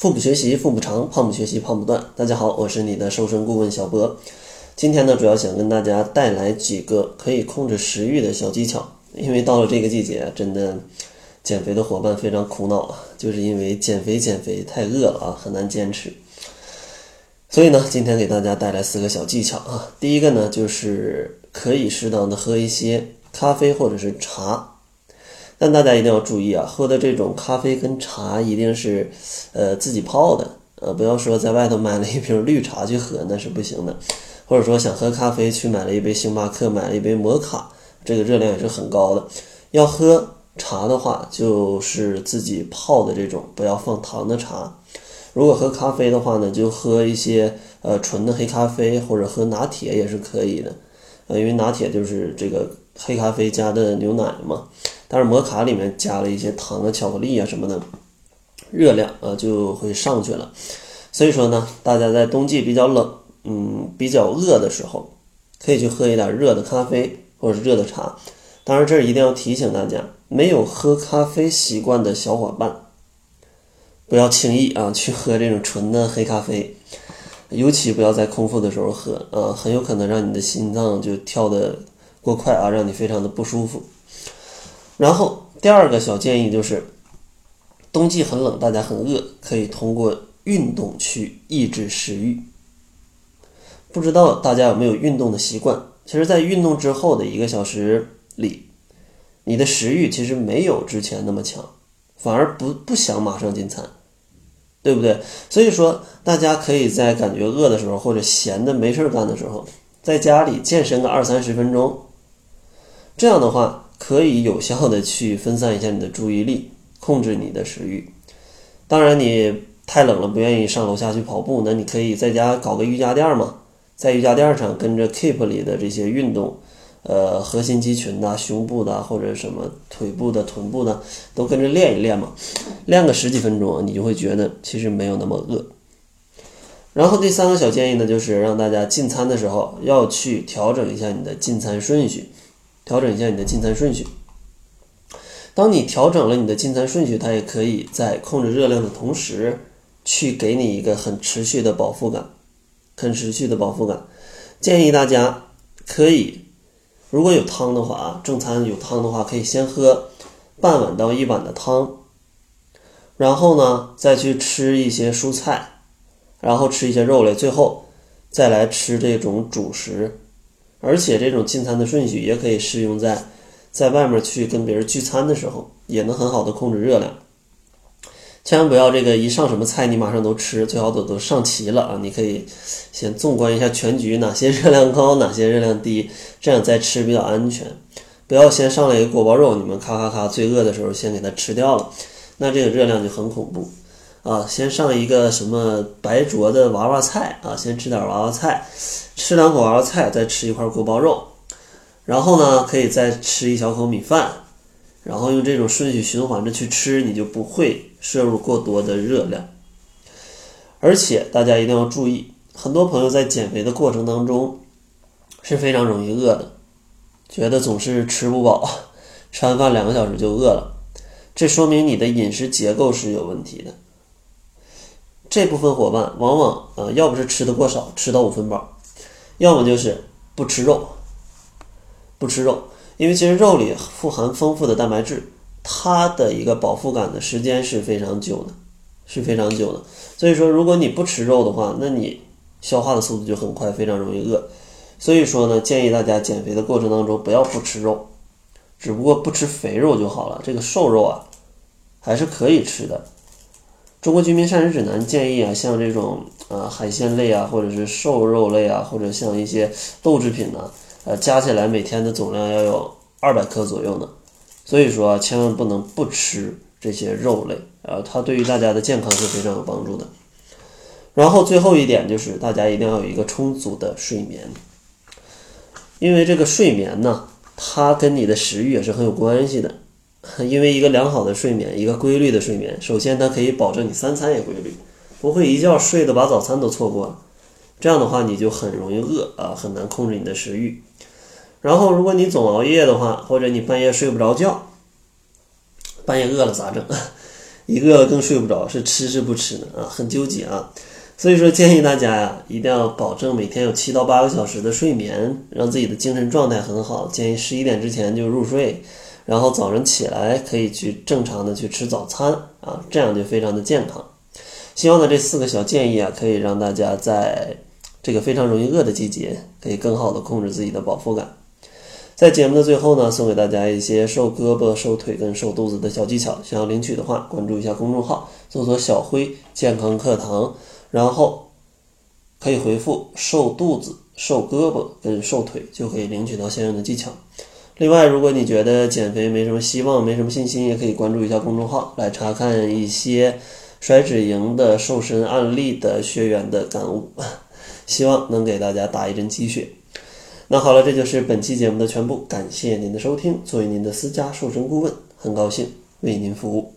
腹部学习腹部长，胖不学习胖不断。大家好，我是你的瘦身顾问小博。今天呢，主要想跟大家带来几个可以控制食欲的小技巧。因为到了这个季节，真的减肥的伙伴非常苦恼啊，就是因为减肥太饿了啊，很难坚持。所以呢，今天给大家带来4个小技巧啊。第一个呢，就是可以适当的喝一些咖啡或者是茶。但大家一定要注意啊，喝的这种咖啡跟茶一定是自己泡的，不要说在外头买了一瓶绿茶去喝，那是不行的。或者说想喝咖啡去买了一杯星巴克，买了一杯摩卡，这个热量也是很高的。要喝茶的话，就是自己泡的这种不要放糖的茶。如果喝咖啡的话呢，就喝一些纯的黑咖啡，或者喝拿铁也是可以的。因为拿铁就是这个黑咖啡加的牛奶嘛，但是摩卡里面加了一些糖啊、巧克力啊什么的，热量就会上去了。所以说呢，大家在冬季比较冷，比较饿的时候，可以去喝一点热的咖啡或者是热的茶。当然这儿一定要提醒大家，没有喝咖啡习惯的小伙伴，不要轻易去喝这种纯的黑咖啡。尤其不要在空腹的时候喝，很有可能让你的心脏就跳得过快啊，让你非常的不舒服。然后第二个小建议就是，冬季很冷，大家很饿，可以通过运动去抑制食欲。不知道大家有没有运动的习惯？其实在运动之后的1个小时里，你的食欲其实没有之前那么强，反而不想马上进餐，对不对？所以说大家可以在感觉饿的时候，或者闲的没事干的时候，在家里健身个20-30分钟，这样的话可以有效的去分散一下你的注意力，控制你的食欲。当然你太冷了不愿意上楼下去跑步，那你可以在家搞个瑜伽垫嘛，在瑜伽垫上跟着 Keep 里的这些运动，核心肌群的、胸部的或者什么腿部的、臀部的都跟着练一练嘛，练个10几分钟，你就会觉得其实没有那么饿。然后第3个小建议呢，就是让大家进餐的时候要去调整一下你的进餐顺序。当你调整了你的进餐顺序，它也可以在控制热量的同时，去给你一个很持续的饱腹感。建议大家可以，如果有汤的话正餐有汤的话，可以先喝半碗到1碗的汤，然后呢再去吃一些蔬菜，然后吃一些肉类，最后再来吃这种主食。而且这种进餐的顺序也可以适用在外面去跟别人聚餐的时候，也能很好的控制热量。千万不要这个一上什么菜你马上都吃，最好都上齐了啊！你可以先纵观一下全局，哪些热量高，哪些热量低，这样再吃比较安全。不要先上来一个锅包肉，你们咔最饿的时候先给它吃掉了，那这个热量就很恐怖啊！先上一个什么白灼的娃娃菜啊，先吃点娃娃菜，吃2口娃娃菜，再吃一块锅包肉，然后呢可以再吃一小口米饭，然后用这种顺序循环着去吃，你就不会摄入过多的热量。而且大家一定要注意，很多朋友在减肥的过程当中是非常容易饿的，觉得总是吃不饱，吃完饭2个小时就饿了，这说明你的饮食结构是有问题的。这部分伙伴往往要不是吃得过少，吃到5分饱，要么就是不吃肉。因为其实肉里富含丰富的蛋白质，它的一个饱腹感的时间是非常久的。所以说如果你不吃肉的话，那你消化的速度就很快，非常容易饿。所以说呢，建议大家减肥的过程当中不要不吃肉，只不过不吃肥肉就好了，这个瘦肉还是可以吃的。中国居民膳食指南建议像这种海鲜类或者是瘦肉类或者像一些豆制品加起来每天的总量要有200克左右呢。所以说千万不能不吃这些肉类，它对于大家的健康是非常有帮助的。然后最后一点就是大家一定要有一个充足的睡眠，因为这个睡眠呢，它跟你的食欲也是很有关系的。因为一个良好的睡眠，一个规律的睡眠，首先它可以保证你3餐也规律，不会一觉睡得把早餐都错过了，这样的话你就很容易饿很难控制你的食欲。然后如果你总熬夜的话，或者你半夜睡不着觉，半夜饿了咋整？ 一个更睡不着，是吃是不吃呢？很纠结啊。所以说建议大家呀，一定要保证每天有7到8个小时的睡眠，让自己的精神状态很好。建议11点之前就入睡，然后早上起来可以去正常的去吃早餐啊，这样就非常的健康。希望呢这4个小建议啊，可以让大家在这个非常容易饿的季节，可以更好的控制自己的饱腹感。在节目的最后呢，送给大家一些瘦胳膊、瘦腿跟瘦肚子的小技巧。想要领取的话，关注一下公众号，搜索小辉健康课堂，然后可以回复瘦肚子、瘦胳膊跟瘦腿，就可以领取到相应的技巧。另外，如果你觉得减肥没什么希望、没什么信心，也可以关注一下公众号，来查看一些甩脂营的瘦身案例的学员的感悟，希望能给大家打一针鸡血。那好了，这就是本期节目的全部，感谢您的收听。作为您的私家瘦身顾问，很高兴为您服务。